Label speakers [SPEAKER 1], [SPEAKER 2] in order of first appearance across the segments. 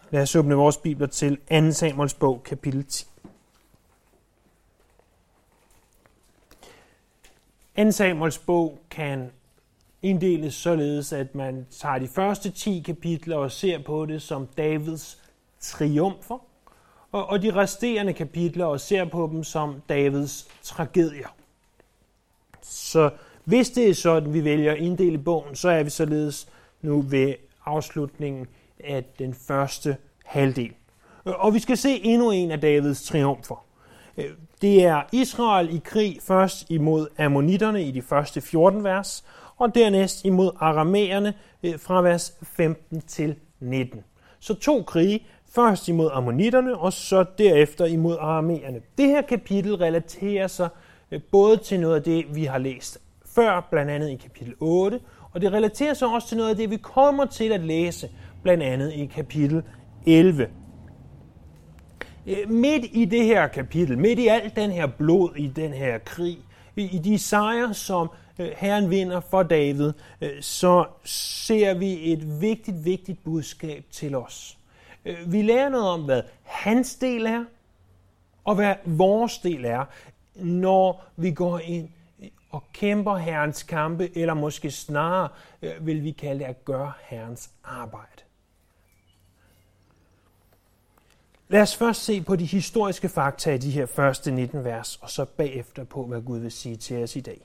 [SPEAKER 1] Lad os åbne vores bibler til 2. Samuels bog, kapitel 10. 2. Samuels bog kan inddeles således, at man tager de første 10 kapitler og ser på det som Davids triumfer, og de resterende kapitler og ser på dem som Davids tragedier. Så hvis det er sådan, vi vælger at inddele bogen, så er vi således nu ved afslutningen af den første halvdel. Og vi skal se endnu en af Davids triumfer. Det er Israel i krig først imod ammonitterne i de første 14 vers, og dernæst imod aramæerne fra vers 15 til 19. Så 2 krige, først imod ammonitterne og så derefter imod aramæerne. Det her kapitel relaterer sig både til noget af det, vi har læst før, blandt andet i kapitel 8, og det relaterer sig også til noget af det, vi kommer til at læse, blandt andet i kapitel 11. Midt i det her kapitel, midt i alt den her blod i den her krig, i de sejre, som Herren vinder for David, så ser vi et vigtigt budskab til os. Vi lærer noget om, hvad hans del er, og hvad vores del er, når vi går ind og kæmper Herrens kampe, eller måske snarere vil vi kalde det at gøre Herrens arbejde. Lad os først se på de historiske fakta i de her første 19 vers, og så bagefter på, hvad Gud vil sige til os i dag.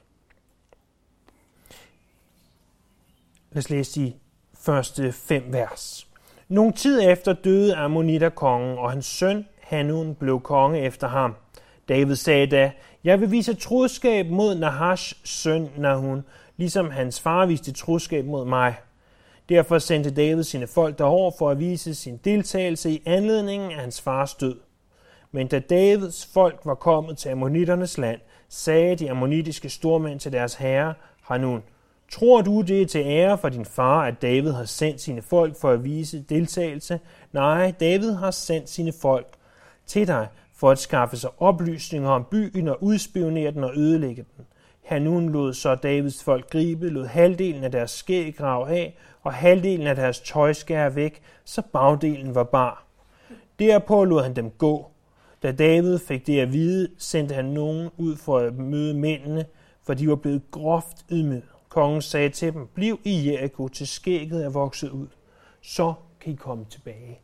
[SPEAKER 1] Lad os læse de første 5 vers. Nogle tid efter døde Ammonitter-kongen, og hans søn Hanun blev konge efter ham. David sagde da, jeg vil vise troskab mod Nahash søn Nahun, ligesom hans far viste troskab mod mig. Derfor sendte David sine folk derover for at vise sin deltagelse i anledningen af hans fars død. Men da Davids folk var kommet til ammonitternes land, sagde de ammonitiske stormænd til deres herre, Hanun, tror du det er til ære for din far, at David har sendt sine folk for at vise deltagelse? Nej, David har sendt sine folk til dig for at skaffe sig oplysninger om byen og udspionere den og ødelægge den. Hanun lod så Davids folk gribe, lod halvdelen af deres skæg grave af, og halvdelen af deres tøj skære væk, så bagdelen var bar. Derpå lod han dem gå. Da David fik det at vide, sendte han nogen ud for at møde mændene, for de var blevet groft ydmyget. Kongen sagde til dem, bliv i Jericho, til skægget er vokset ud. Så kan I komme tilbage.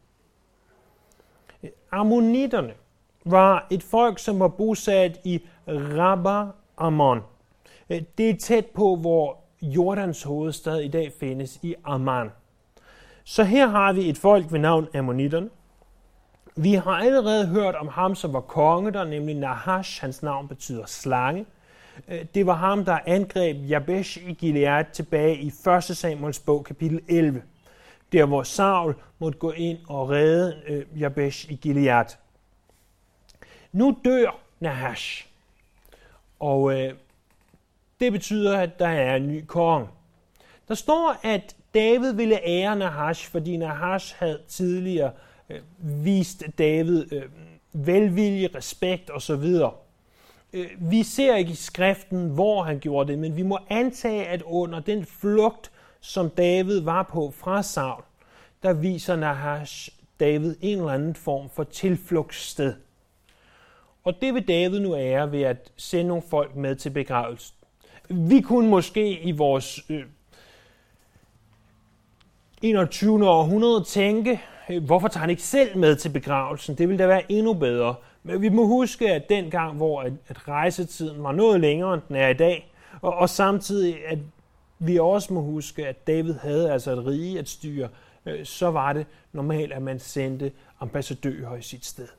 [SPEAKER 1] Ammonitterne var et folk, som var bosat i Rabba Ammon. Det er tæt på, hvor Jordans hovedstad i dag findes, i Amman. Så her har vi et folk ved navn Ammonitterne. Vi har allerede hørt om ham, som var konge der, nemlig Nahash. Hans navn betyder slange. Det var ham, der angreb Jabesh i Gilead tilbage i 1. Samuels bog, kapitel 11. Der, hvor Saul måtte gå ind og redde Jabesh i Gilead. Nu dør Nahash, og det betyder, at der er en ny konge. Der står, at David ville ære Nahash, fordi Nahash havde tidligere vist David velvilje, respekt osv. Vi ser ikke i skriften, hvor han gjorde det, men vi må antage, at under den flugt, som David var på fra Saul, der viser Nahash David en eller anden form for tilflugtssted. Og det vil David nu ære ved at sende nogle folk med til begravelsen. Vi kunne måske i vores 21. århundrede tænke, hvorfor tager han ikke selv med til begravelsen? Det ville da være endnu bedre. Men vi må huske, at dengang, hvor at rejsetiden var noget længere, end den er i dag, og samtidig, at vi også må huske, at David havde altså et rige at styre, så var det normalt, at man sendte ambassadører i sit sted.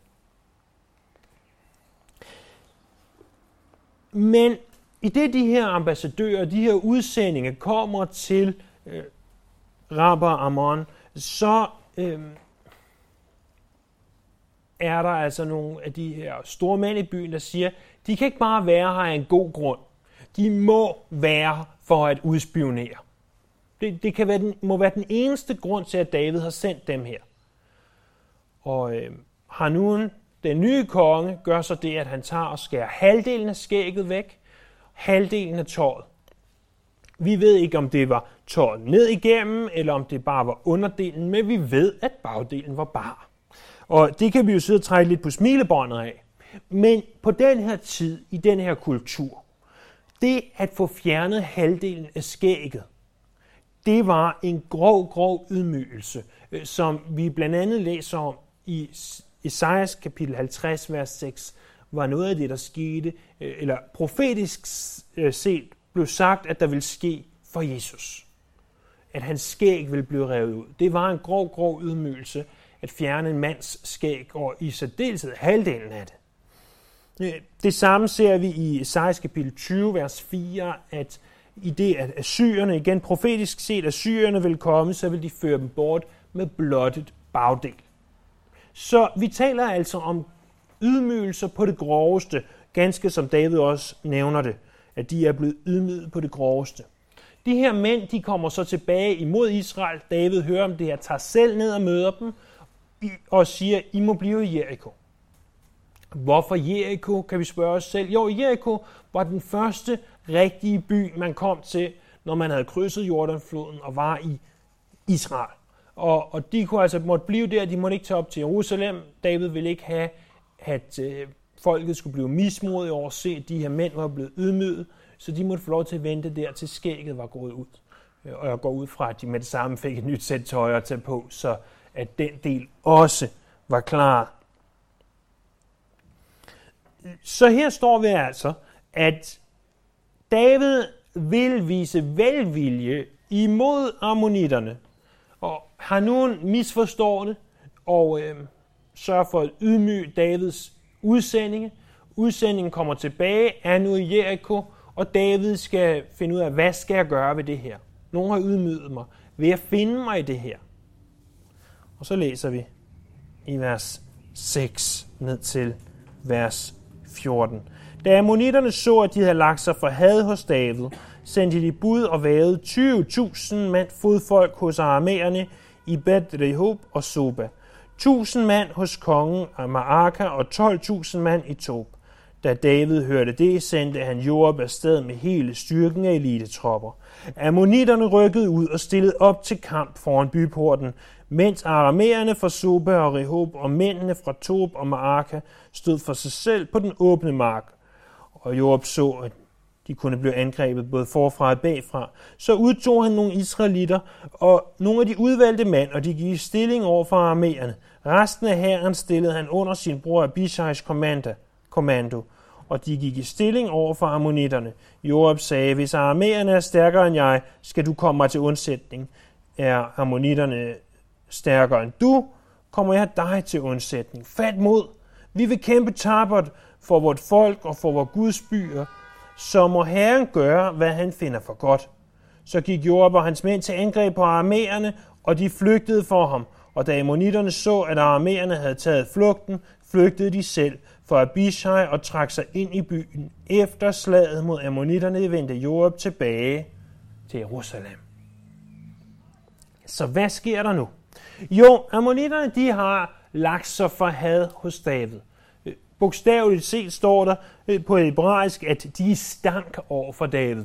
[SPEAKER 1] Men i det de her ambassadører, de her udsendinger kommer til Rabba Ammon, så er der altså nogle af de her store mænd i byen, der siger, de kan ikke bare være her af en god grund. De må være for at udspionere. Det må være den eneste grund til, at David har sendt dem her. Og Hanun, den nye konge, gør så det, at han tager og skærer halvdelen af skægget væk, halvdelen af tøjet. Vi ved ikke, om det var tåret ned igennem, eller om det bare var underdelen, men vi ved, at bagdelen var bar. Og det kan vi jo sidde og trække lidt på smilebåndet af. Men på den her tid, i den her kultur, det at få fjernet halvdelen af skægget, det var en grov ydmygelse, som vi blandt andet læser om i Esajas kapitel 50, vers 6, var noget af det, der skete, eller profetisk set blev sagt, at der ville ske for Jesus. At hans skæg ville blive revet ud. Det var en grov ydmygelse at fjerne en mands skæg, og i særdeleshed halvdelen af det. Det samme ser vi i Esajas kapitel 20, vers 4, at i det, at assyrerne, igen profetisk set, assyrerne vil komme, så vil de føre dem bort med blottet bagdel. Så vi taler altså om ydmygelser på det groveste, ganske som David også nævner det, at de er blevet ydmyget på det groveste. De her mænd, de kommer så tilbage imod Israel. David hører om det her, tager selv ned og møder dem og siger, I må blive i Jericho. Hvorfor Jericho, kan vi spørge os selv. Jo, Jericho var den første rigtige by, man kom til, når man havde krydset Jordanfloden og var i Israel. Og de kunne altså måtte blive der, de måtte ikke tage op til Jerusalem. David ville ikke have, at folket skulle blive mismodige over at se, at de her mænd var blevet ydmyget, så de måtte få lov til at vente der, til skægget var gået ud. Og jeg går ud fra, at de med det samme fik et nyt sæt tøj at tage på, så at den del også var klar. Så her står vi altså, at David vil vise velvilje imod ammonitterne, og har nogen misforstået det, og sørger for at ydmyge Davids udsendinge. Udsendingen kommer tilbage, er nu i Jericho, og David skal finde ud af, hvad skal jeg gøre ved det her? Nogen har ydmyget mig. Vil jeg finde mig i det her? Og så læser vi i vers 6 ned til vers 14. Da ammonitterne så, at de havde lagt sig for had hos David, sendte de bud og vævede 20.000 mand fodfolk hos aramæerne i Bet-Rehob og Soba, 1.000 mand hos kongen af Maaka og 12.000 mand i Tob. Da David hørte det, sendte han Joab afsted med hele styrken af elitetropper. Ammonitterne rykkede ud og stillede op til kamp foran byporten, mens aramæerne fra Soba og Rehob og mændene fra Tob og Maaka stod for sig selv på den åbne mark. Og Joab så, at de kunne blive angrebet både forfra og bagfra. Så udtog han nogle israelitter og nogle af de udvalgte mænd, og de gik i stilling over for aramæerne. Resten af hæren stillede han under sin bror Abishais kommando, og de gik i stilling over for ammonitterne. Joab sagde, hvis aramæerne er stærkere end jeg, skal du komme mig til undsætning. Er ammonitterne stærkere end du, kommer jeg dig til undsætning. Fat mod! Vi vil kæmpe tappert for vort folk og for vores Guds byer, så må Herren gøre, hvad han finder for godt. Så gik Joab og hans mænd til angreb på aramæerne, og de flygtede for ham. Og da ammonitterne så, at aramæerne havde taget flugten, flygtede de selv for Abishai og trak sig ind i byen. Efter slaget mod ammonitterne vendte Joab tilbage til Jerusalem. Så hvad sker der nu? Jo, ammonitterne de har lagt sig for had hos David. Bogstaveligt set står der på hebraisk, at de stank over for David.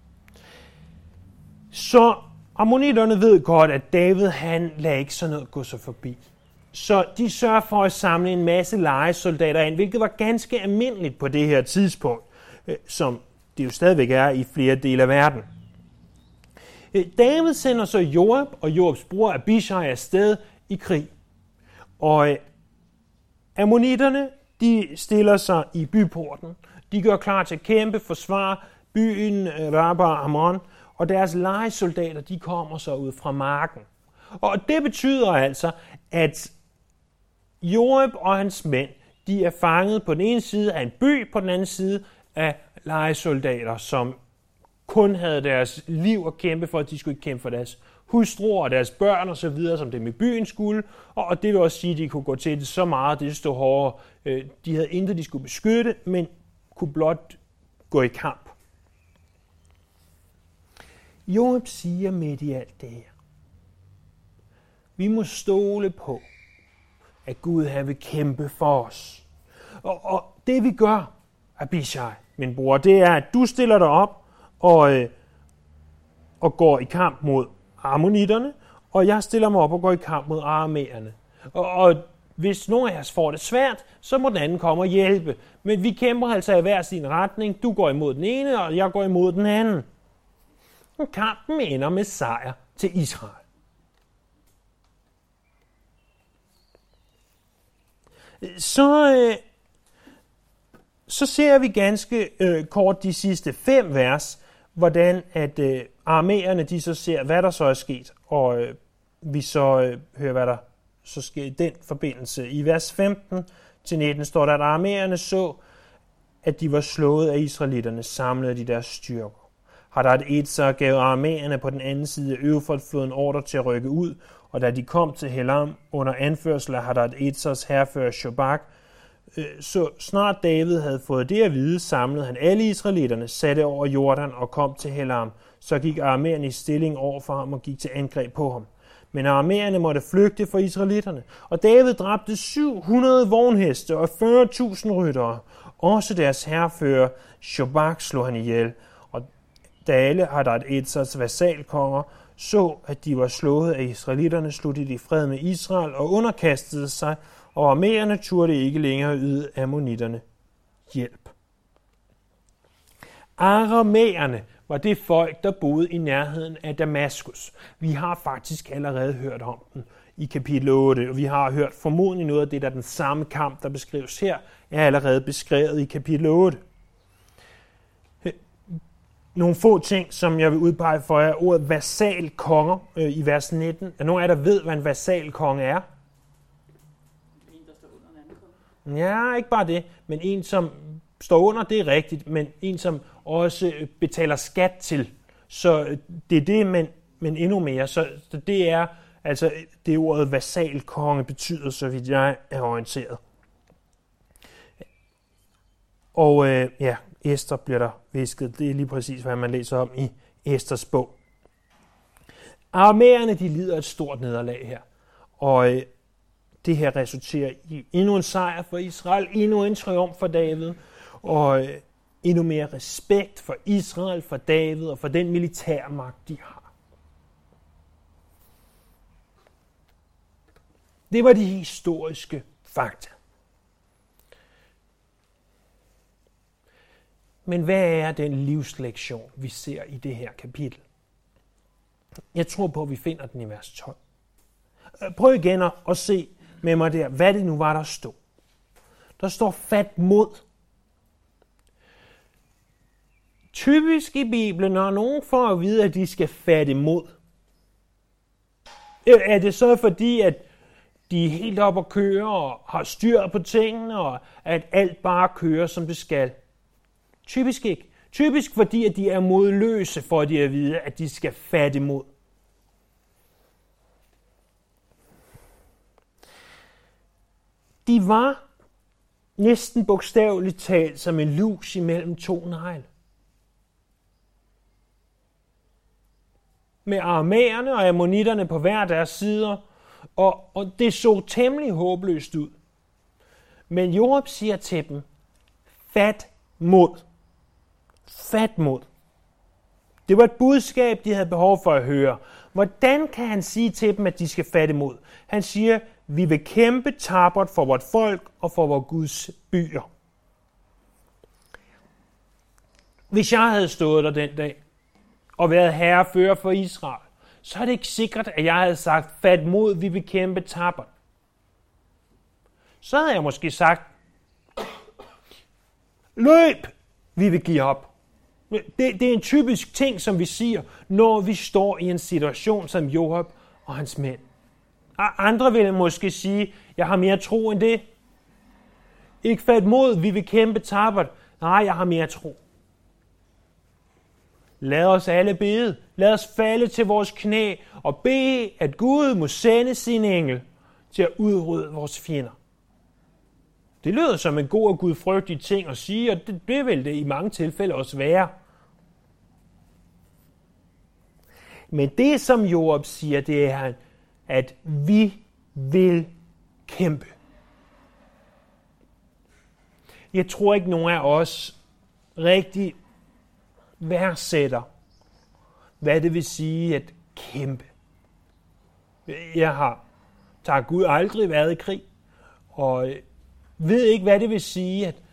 [SPEAKER 1] Så ammonitterne ved godt, at David han lader ikke sådan noget gå sig forbi. Så de sørger for at samle en masse lejesoldater ind, hvilket var ganske almindeligt på det her tidspunkt, som det jo stadigvæk er i flere dele af verden. David sender så Joab og Joabs bror Abishai afsted i krig. Og ammonitterne, de stiller sig i byporten. De gør klar til at kæmpe, forsvare byen Rabba Ammon, og deres lejesoldater, de kommer så ud fra marken. Og det betyder altså, at Joab og hans mænd, de er fanget på den ene side af en by, på den anden side af lejesoldater, som kun havde deres liv at kæmpe for, at de skulle ikke kæmpe for deres hustruer og deres børn og så videre, som dem i byen skulle. Og det vil også sige, at de kunne gå til det så meget, det stod hårdere. De havde intet, de skulle beskytte, men kunne blot gå i kamp. Joab siger midt i alt det her: vi må stole på, at Gud han vil kæmpe for os. Og det vi gør, Abishai, min bror, det er, at du stiller dig op, og og går i kamp mod ammonitterne, og jeg stiller mig op og går i kamp mod aramæerne. Og hvis nogen af os får det svært, så må den anden komme og hjælpe. Men vi kæmper altså i hver sin retning. Du går imod den ene, og jeg går imod den anden. Og kampen ender med sejr til Israel. Så ser vi ganske kort de sidste 5 vers, hvordan at aramæerne de så ser, hvad der så er sket, og vi så hører, hvad der så sker i den forbindelse. I vers 15-19 står der, at aramæerne så, at de var slået af israelitterne, samlede de deres styrker. Hadad Ezer gav aramæerne på den anden side af Eufrat-floden ordre til at rykke ud, og da de kom til Helam under anførsel af Hadad Ezers hærfører Shobak, så snart David havde fået det at vide, samlede han alle israelitterne, satte over Jordan og kom til Helam. Så gik aramæerne i stilling over for ham og gik til angreb på ham. Men aramæerne måtte flygte for israelitterne, og David dræbte 700 vognheste og 40.000 ryttere. Også deres hærfører Shobak slog han ihjel, og da alle Hadad Ezers vasalkonger så, at de var slået af israelitterne, sluttede de fred med Israel og underkastede sig, og aramæerne turde ikke længere yde ammonitterne hjælp. Aramæerne var det folk, der boede i nærheden af Damaskus. Vi har faktisk allerede hørt om den i kapitel 8, og vi har hørt formodentlig noget af det, der den samme kamp, der beskrives her, er allerede beskrevet i kapitel 8. Nogle få ting, som jeg vil udpege for jer, ordet vasalkonger i vers 19. Er nogen af jer, der ved, hvad en vasalkonge er?
[SPEAKER 2] En, der står under en anden konge.
[SPEAKER 1] Ja, ikke bare det, men en, som står under, det er rigtigt, men en, som også betaler skat til. Så det er det, men endnu mere. Så det er altså det ordet vasalkonge betyder, så vidt jeg er orienteret. Og Ester bliver der visket. Det er lige præcis, hvad man læser om i Esters bog. Aramæerne, de lider et stort nederlag her. Og det her resulterer i endnu en sejr for Israel, endnu en triumf for David, og endnu mere respekt for Israel, for David og for den militærmagt, de har. Det var de historiske fakta. Men hvad er den livslektion, vi ser i det her kapitel? Jeg tror på, at vi finder den i vers 12. Prøv igen at se med mig der, hvad det nu var, der stod. Der står fat mod. Typisk i Bibelen, når nogen får at vide, at de skal fatte mod, er det så fordi, at de er helt op at køre og har styr på tingene, og at alt bare kører, som det skal? Typisk ikke. Typisk fordi, at de er modløse for at de at vide, at de skal fatte mod. De var næsten bogstaveligt talt som en lus imellem 2 negle. Med aramæerne og ammonitterne på hver deres sider, og det så temmelig håbløst ud. Men Joab siger til dem, fat mod. Fat mod. Det var et budskab, de havde behov for at høre. Hvordan kan han sige til dem, at de skal fatte mod? Han siger, vi vil kæmpe tappert for vort folk og for vor Guds byer. Hvis jeg havde stået der den dag og været herrefører for Israel, så er det ikke sikkert, at jeg havde sagt, fat mod, vi vil kæmpe tappert. Så havde jeg måske sagt, løb, vi vil give op. Det er en typisk ting, som vi siger, når vi står i en situation som Joab og hans mænd. Andre vil måske sige, jeg har mere tro end det. Ikke fat mod, vi vil kæmpe tappert. Nej, jeg har mere tro. Lad os alle bede. Lad os falde til vores knæ og bede, at Gud må sende sin engel til at udrydde vores fjender. Det lyder som en god og gudfrygtig ting at sige, og det vil det i mange tilfælde også være. Men det, som Joab siger, det er, at vi vil kæmpe. Jeg tror ikke, nogen af os rigtig værdsætter, hvad det vil sige at kæmpe. Jeg har, tak Gud, aldrig været i krig, og ved ikke, hvad det vil sige at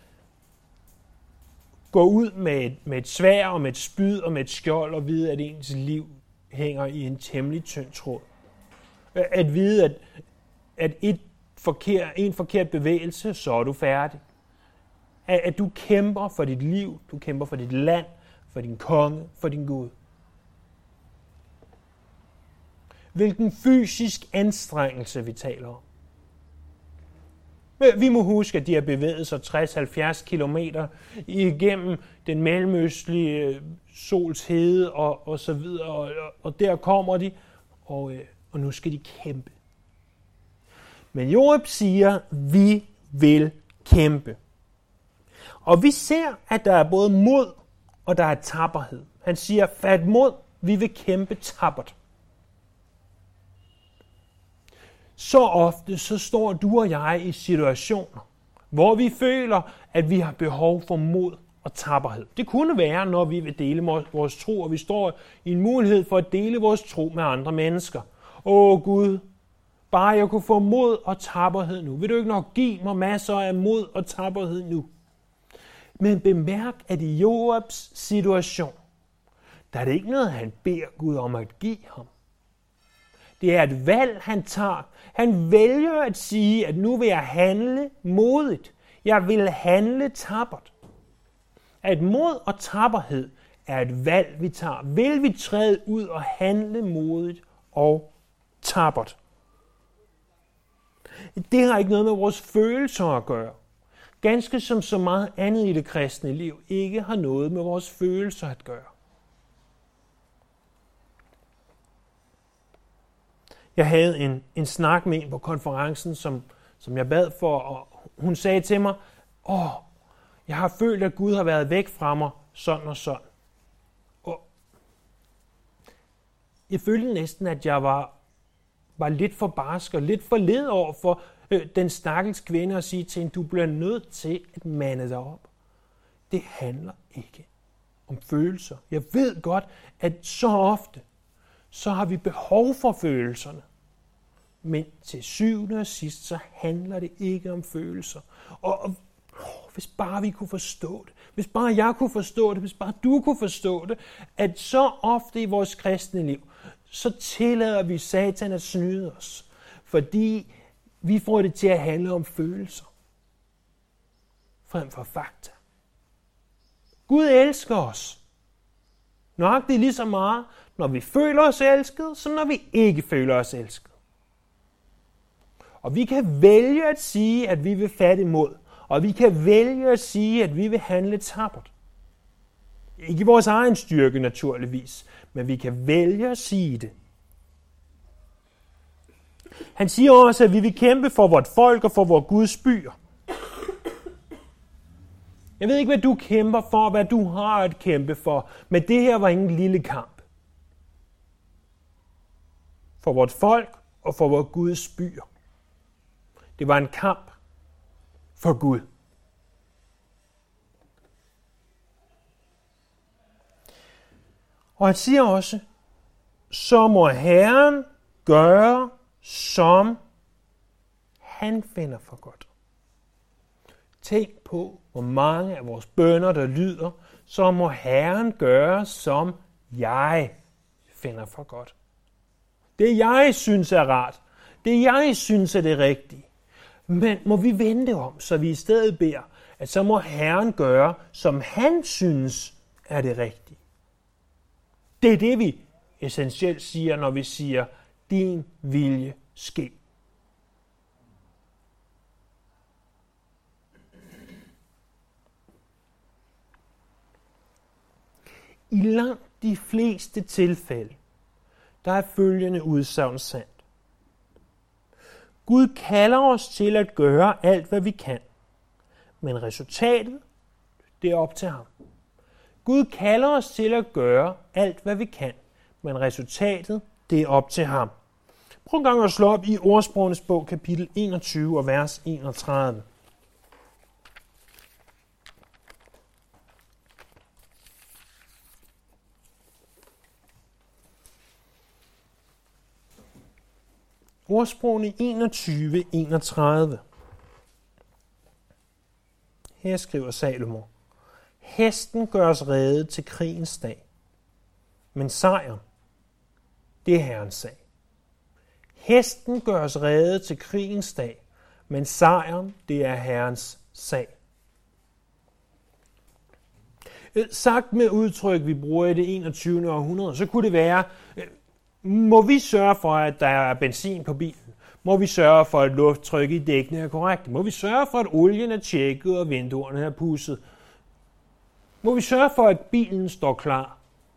[SPEAKER 1] gå ud med et sværd og med et spyd og med et skjold og vide, at ens liv hænger i en temmelig tynd tråd. At vide, at en forkert bevægelse, så er du færdig. At du kæmper for dit liv, du kæmper for dit land, for din konge, for din Gud. Hvilken fysisk anstrengelse vi taler om. Vi må huske, at de har bevæget sig 60-70 kilometer igennem den mellemøstlige sols hede og så videre, og der kommer de, og nu skal de kæmpe. Men Joab siger, vi vil kæmpe. Og vi ser, at der er både mod og der er tapperhed. Han siger, fat mod, vi vil kæmpe tappert. Så ofte så står du og jeg i situationer, hvor vi føler, at vi har behov for mod og tapperhed. Det kunne være, når vi vil dele vores tro, og vi står i en mulighed for at dele vores tro med andre mennesker. Gud, bare jeg kunne få mod og tapperhed nu. Vil du ikke nok give mig masser af mod og tapperhed nu? Men bemærk, at i Joabs situation, der er det ikke noget, han beder Gud om at give ham. Det er et valg, han tager. Han vælger at sige, at nu vil jeg handle modigt. Jeg vil handle tappert. At mod og tapperhed er et valg, vi tager. Vil vi træde ud og handle modigt og tappert? Det har ikke noget med vores følelser at gøre. Ganske som så meget andet i det kristne liv ikke har noget med vores følelser at gøre. Jeg havde en snak med en på konferencen, som jeg bad for, og hun sagde til mig, jeg har følt, at Gud har været væk fra mig, sådan og sådan. Og jeg følte næsten, at jeg var lidt for barsk og lidt for led over for den stakkels kvinde og sige til hende, du bliver nødt til at mande dig op. Det handler ikke om følelser. Jeg ved godt, at så ofte, så har vi behov for følelserne. Men til syvende og sidst, så handler det ikke om følelser. Og hvis bare vi kunne forstå det, hvis bare jeg kunne forstå det, hvis bare du kunne forstå det, at så ofte i vores kristne liv, så tillader vi Satan at snyde os. Fordi vi får det til at handle om følelser, frem for fakta. Gud elsker os. Nok det er lige så meget, når vi føler os elsket, som når vi ikke føler os elsket. Og vi kan vælge at sige, at vi vil fatte imod. Og vi kan vælge at sige, at vi vil handle tappert. Ikke i vores egen styrke naturligvis, men vi kan vælge at sige det. Han siger også, at vi vil kæmpe for vort folk og for vores Guds byer. Jeg ved ikke, hvad du kæmper for, hvad du har at kæmpe for, men det her var ingen lille kamp. For vort folk og for vores Guds byer. Det var en kamp for Gud. Og han siger også, så må Herren gøre, som han finder for godt. Tænk på, hvor mange af vores bønner, der lyder, så må Herren gøre, som jeg finder for godt. Det jeg synes er rart, det jeg synes er det rigtige. Men må vi vende om, så vi i stedet beder, at så må Herren gøre, som han synes er det rigtige. Det er det, vi essentielt siger, når vi siger, din vilje ske. I langt de fleste tilfælde, der er følgende udsagn sandt. Gud kalder os til at gøre alt, hvad vi kan, men resultatet, det er op til ham. Gud kalder os til at gøre alt, hvad vi kan, men resultatet, det er op til ham. Prøv en gang at slå op i Ordsprogenes bog, kapitel 21 og vers 31. Ordsprogene 21:31. Her skriver Salomo: Hesten gøres rede til krigens dag, men sejren, det er Herrens sag. Hesten gøres rede til krigens dag, men sejren, det er Herrens sag. Sagt med udtryk, vi bruger i det 21. århundrede, så kunne det være: må vi sørge for, at der er benzin på bilen? Må vi sørge for, at lufttrykket i dækkene er korrekt? Må vi sørge for, at olien er tjekket og vinduerne er pudset? Må vi sørge for, at bilen står klar?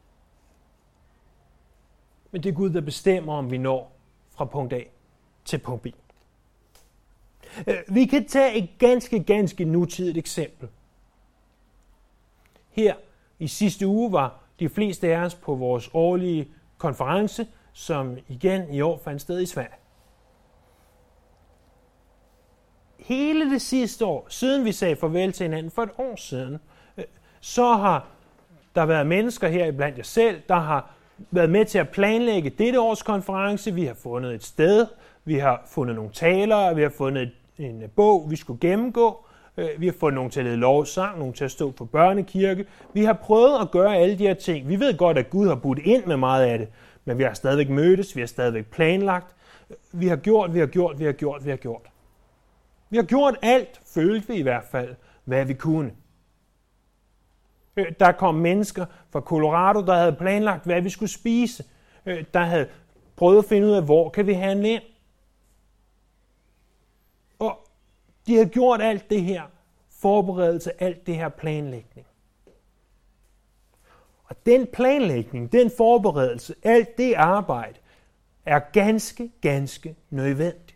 [SPEAKER 1] Men det er Gud, der bestemmer, om vi når fra punkt A til punkt B. Vi kan tage et ganske nutidigt eksempel. Her i sidste uge var de fleste af os på vores årlige konference, som igen i år fandt sted i Sverige. Hele det sidste år, siden vi sagde farvel til hinanden for et år siden, så har der været mennesker her iblandt jer selv, der har været med til at planlægge dette års konference. Vi har fundet et sted, vi har fundet nogle talere, vi har fundet en bog, vi skulle gennemgå. Vi har fundet nogen til at lede lovsang, nogen til at stå for børnekirke. Vi har prøvet at gøre alle de her ting. Vi ved godt, at Gud har budt ind med meget af det, men vi har stadigvæk mødtes, vi har stadigvæk planlagt. Vi har gjort. Vi har gjort alt, følte vi i hvert fald, hvad vi kunne. Der kom mennesker fra Colorado, der havde planlagt, hvad vi skulle spise. Der havde prøvet at finde ud af, hvor kan vi handle ind. Og de havde gjort alt det her forberedelse, alt det her planlægning. Og den planlægning, den forberedelse, alt det arbejde, er ganske nødvendigt.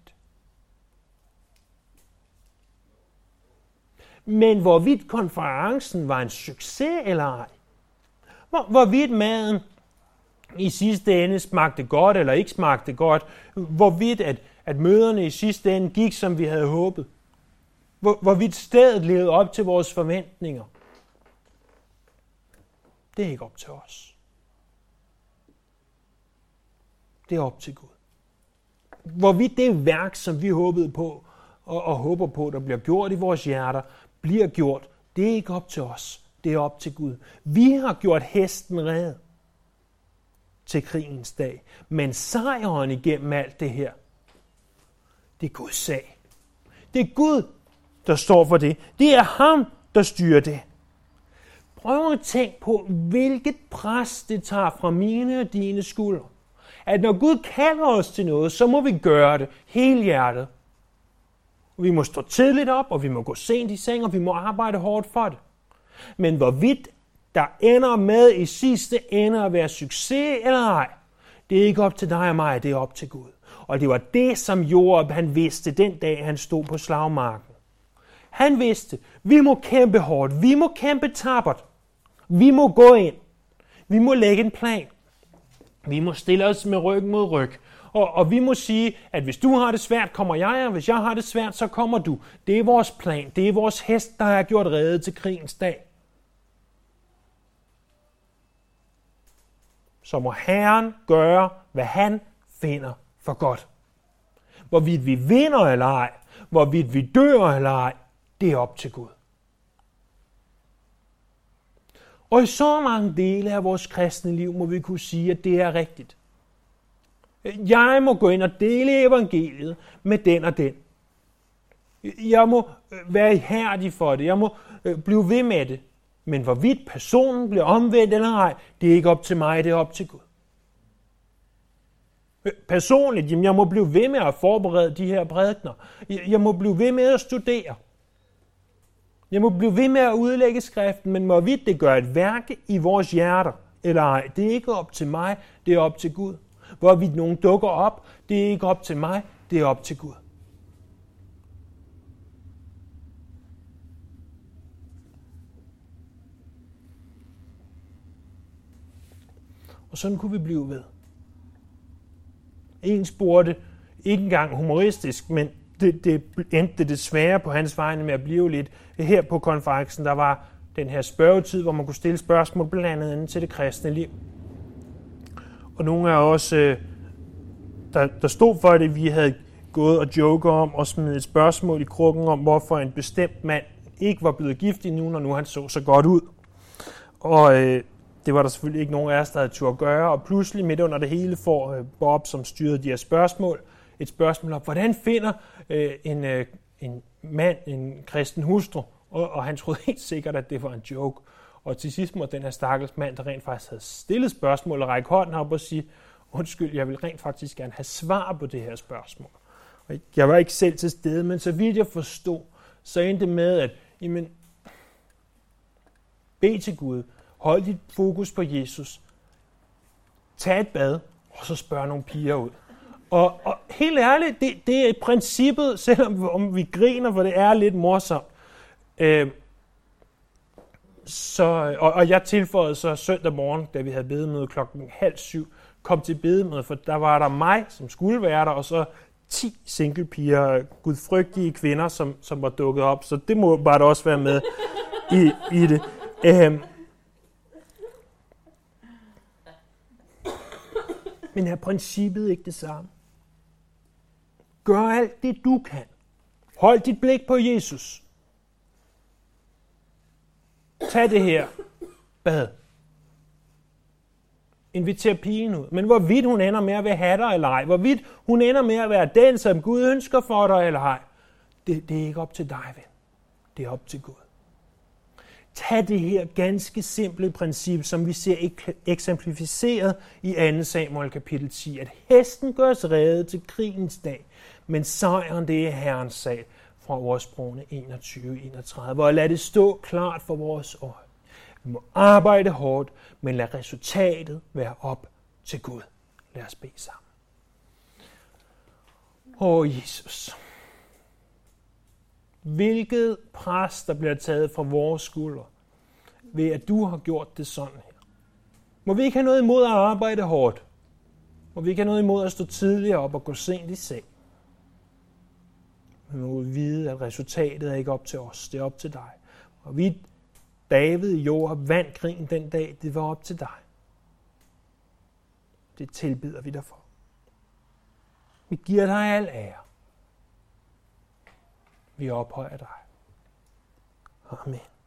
[SPEAKER 1] Men hvorvidt konferencen var en succes eller ej, hvorvidt maden i sidste ende smagte godt eller ikke smagte godt, hvorvidt at møderne i sidste ende gik, som vi havde håbet, hvorvidt stedet levede op til vores forventninger, det er ikke op til os. Det er op til Gud. Hvorvidt det værk, som vi håbede på og håber på, der bliver gjort i vores hjerter, bliver gjort, det er ikke op til os. Det er op til Gud. Vi har gjort hesten rede til krigens dag, men sejren igennem alt det her, det er Guds sag. Det er Gud, der står for det. Det er ham, der styrer det. Prøv at tænke på, hvilket pres det tager fra mine og dine skuldre. At når Gud kalder os til noget, så må vi gøre det hele hjertet. Vi må stå tidligt op, og vi må gå sent i seng, og vi må arbejde hårdt for det. Men hvorvidt der ender med i sidste ende at være succes eller ej, det er ikke op til dig og mig, det er op til Gud. Og det var det, som Joab han vidste den dag, han stod på slagmarken. Han vidste, vi må kæmpe hårdt, vi må kæmpe tappert, vi må gå ind, vi må lægge en plan, vi må stille os med ryggen mod ryg, og vi må sige, at hvis du har det svært, kommer jeg, og hvis jeg har det svært, så kommer du. Det er vores plan, det er vores hest, der er gjort rede til krigens dag. Så må Herren gøre, hvad han finder for godt. Hvorvidt vi vinder eller ej, hvorvidt vi dør eller ej, det er op til Gud. Og i så mange dele af vores kristne liv må vi kunne sige, at det er rigtigt. Jeg må gå ind og dele evangeliet med den og den. Jeg må være ihærdig for det. Jeg må blive ved med det. Men hvorvidt personen bliver omvendt eller ej, det er ikke op til mig, det er op til Gud. Personligt, jeg må blive ved med at forberede de her prædikener. Jeg må blive ved med at studere. Jeg må blive ved med at udlægge skriften, men hvorvidt det gør et værk i vores hjerter eller ej, det er ikke op til mig, det er op til Gud. Hvorvidt nogen dukker op, det er ikke op til mig, det er op til Gud. Og sådan kunne vi blive ved. En spurgte, ikke engang humoristisk, men det endte desværre på hans vegne med at blive lidt. Her på konferencen, der var den her spørgetid, hvor man kunne stille spørgsmål blandt andet til det kristne liv. Og nogle af os der stod for det, vi havde gået og joket om og smidt et spørgsmål i krukken om, hvorfor en bestemt mand ikke var blevet gift endnu, når nu han så godt ud. Og det var der selvfølgelig ikke nogen af os, der havde tur at gøre, og pludselig midt under det hele får Bob, som styrede de her spørgsmål, et spørgsmål om, hvordan finder en mand en kristen hustru? Og han troede helt sikkert, at det var en joke. Og til sidst må den her stakkels mand, der rent faktisk havde stillet spørgsmål, og række hånden op og sige, undskyld, jeg vil rent faktisk gerne have svar på det her spørgsmål. Og jeg var ikke selv til stede, men så vidt jeg forstod, så endte det med, at bed til Gud, hold dit fokus på Jesus, tag et bad, og så spørg nogle piger ud. Og helt ærligt, det er princippet, selvom vi griner, for det er lidt morsomt. Og jeg tilføjede så søndag morgen, da vi havde bedemøde 6:30, kom til bedemøde, for der var der mig, som skulle være der, og så 10 singlepiger, gudfrygtige kvinder, som var dukket op. Så det må bare også være med i det. Men er princippet ikke det samme? Gør alt det, du kan. Hold dit blik på Jesus. Tag det her bad. Inviter pigen ud. Men hvorvidt hun ender med at være hatter eller ej, hvorvidt hun ender med at være den, som Gud ønsker for dig eller ej, det er ikke op til dig, ven. Det er op til Gud. Tag det her ganske simple princip, som vi ser eksemplificeret i 2. Samuel kapitel 10, at hesten gøres rede til krigens dag, men sejren det er Herrens sag, fra ordsprogene 21-31, og lad det stå klart for vores øje. Vi må arbejde hårdt, men lad resultatet være op til Gud. Lad os bede sammen. Jesus. Hvilket pres, der bliver taget fra vores skuldre, ved at du har gjort det sådan her. Må vi ikke have noget imod at arbejde hårdt. Må vi ikke have noget imod at stå tidligere op og gå sent i seng. Men må vi vide, at resultatet er ikke op til os, det er op til dig. Og vi, David i jord, vandt krigen den dag, det var op til dig. Det tilbyder vi dig for. Vi giver dig al ære. Vi ophøjer dig. Amen.